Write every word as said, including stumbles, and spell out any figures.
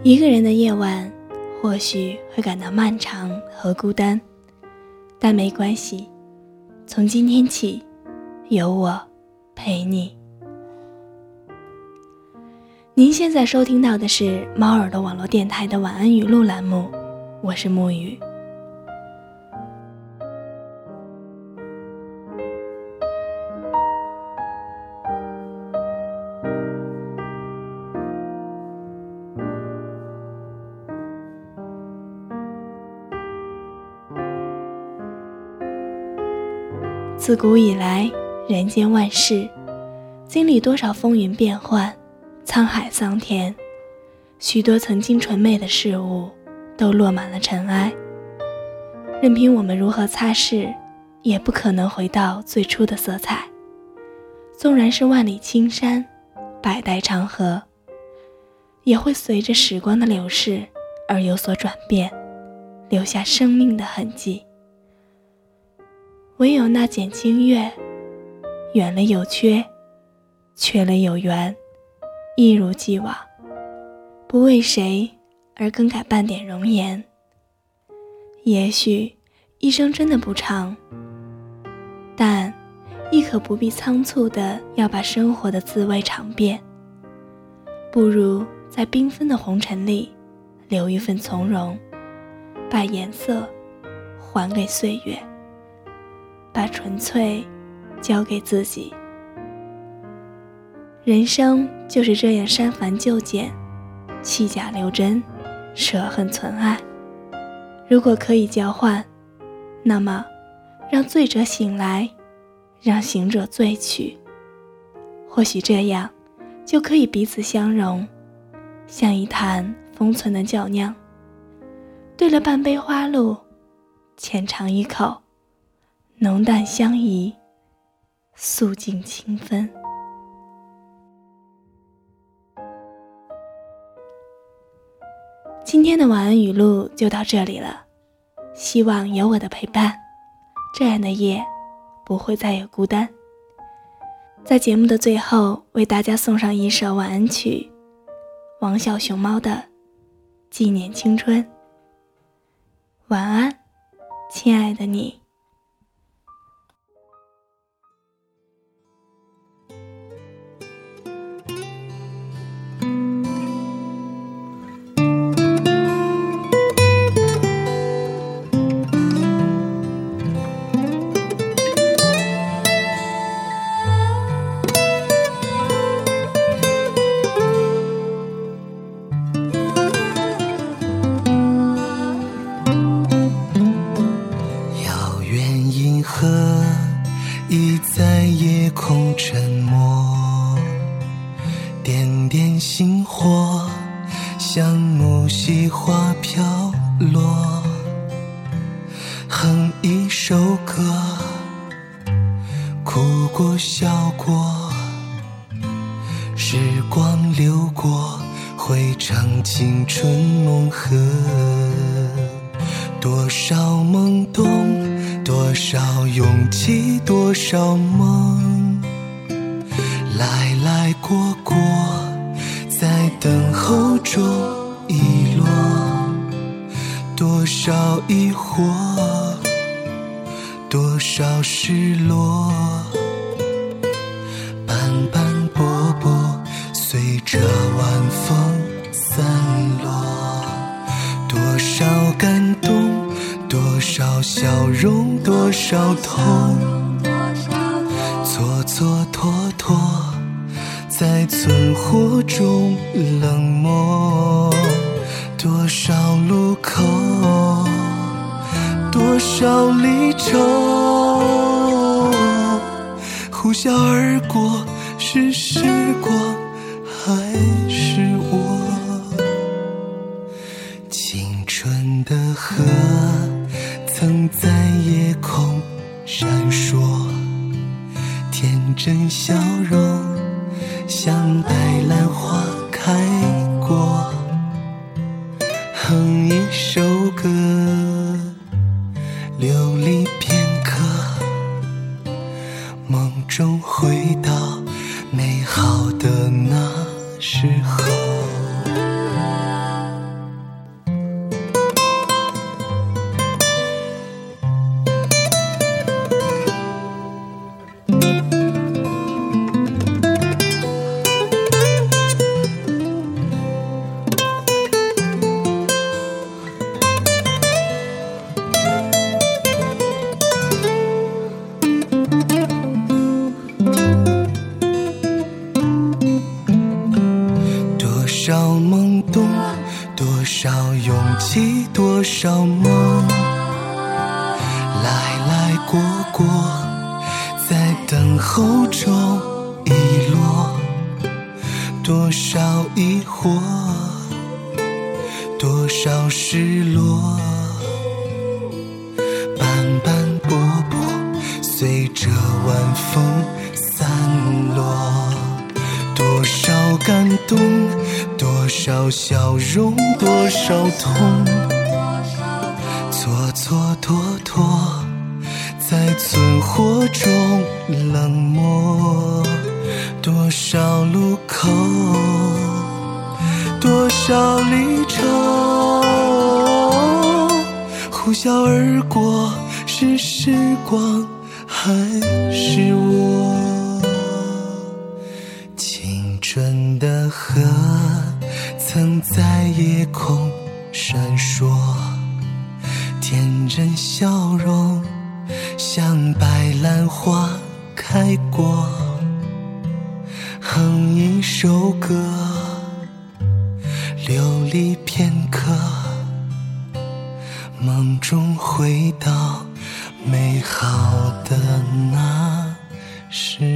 一个人的夜晚或许会感到漫长和孤单，但没关系，从今天起有我陪你。您现在收听到的是猫耳朵网络电台的晚安语录栏目，我是沐雨。自古以来，人间万事，经历多少风云变幻，沧海桑田，许多曾经纯美的事物都落满了尘埃。任凭我们如何擦拭，也不可能回到最初的色彩。纵然是万里青山，百代长河，也会随着时光的流逝而有所转变，留下生命的痕迹。唯有那剪清月，圆了有缺，缺了有圆，一如既往，不为谁而更改半点容颜。也许一生真的不长，但亦可不必仓促的要把生活的滋味尝遍，不如在缤纷的红尘里留一份从容，把颜色还给岁月，把纯粹交给自己。人生就是这样删繁就简，弃假留真，舍恨存爱。如果可以交换，那么让醉者醒来，让醒者醉去，或许这样就可以彼此相融，像一坛封存的酒酿，兑了半杯花露，浅尝一口，浓淡相宜，素净清芬。今天的晚安语录就到这里了，希望有我的陪伴，这样的夜不会再有孤单。在节目的最后，为大家送上一首晚安曲，王小熊猫的《纪念青春》。晚安，亲爱的你。 已在夜空沉没，点点星火像木樨花飘落，哼一首歌，哭过笑过，时光流过，汇成青春梦河。多少懵懂，多少勇气，多少梦，来来过过，在等候中遗落。多少疑惑，多少失落，斑斑驳驳，随着晚风散落。多少感动，多少笑容，多少痛，蹉蹉跎跎，在存活中冷漠。多少路口，多少离愁，呼啸而过，是时光还是我？青春的河曾在夜空闪烁，天真笑容像白兰花开过。哼一首歌，流离片刻，梦中回到美好的那时候。 过，在等候中遗落，多少疑惑，多少失落，斑斑驳驳随着晚风散落，多少感动，多少笑容，多少痛，蹉蹉跎跎在存活中冷漠，多少路口，多少离愁，呼啸而过，是时光还是我？青春的河曾在夜空闪烁，天真笑容像白兰花开过，哼一首歌，流离片刻，梦中回到美好的那时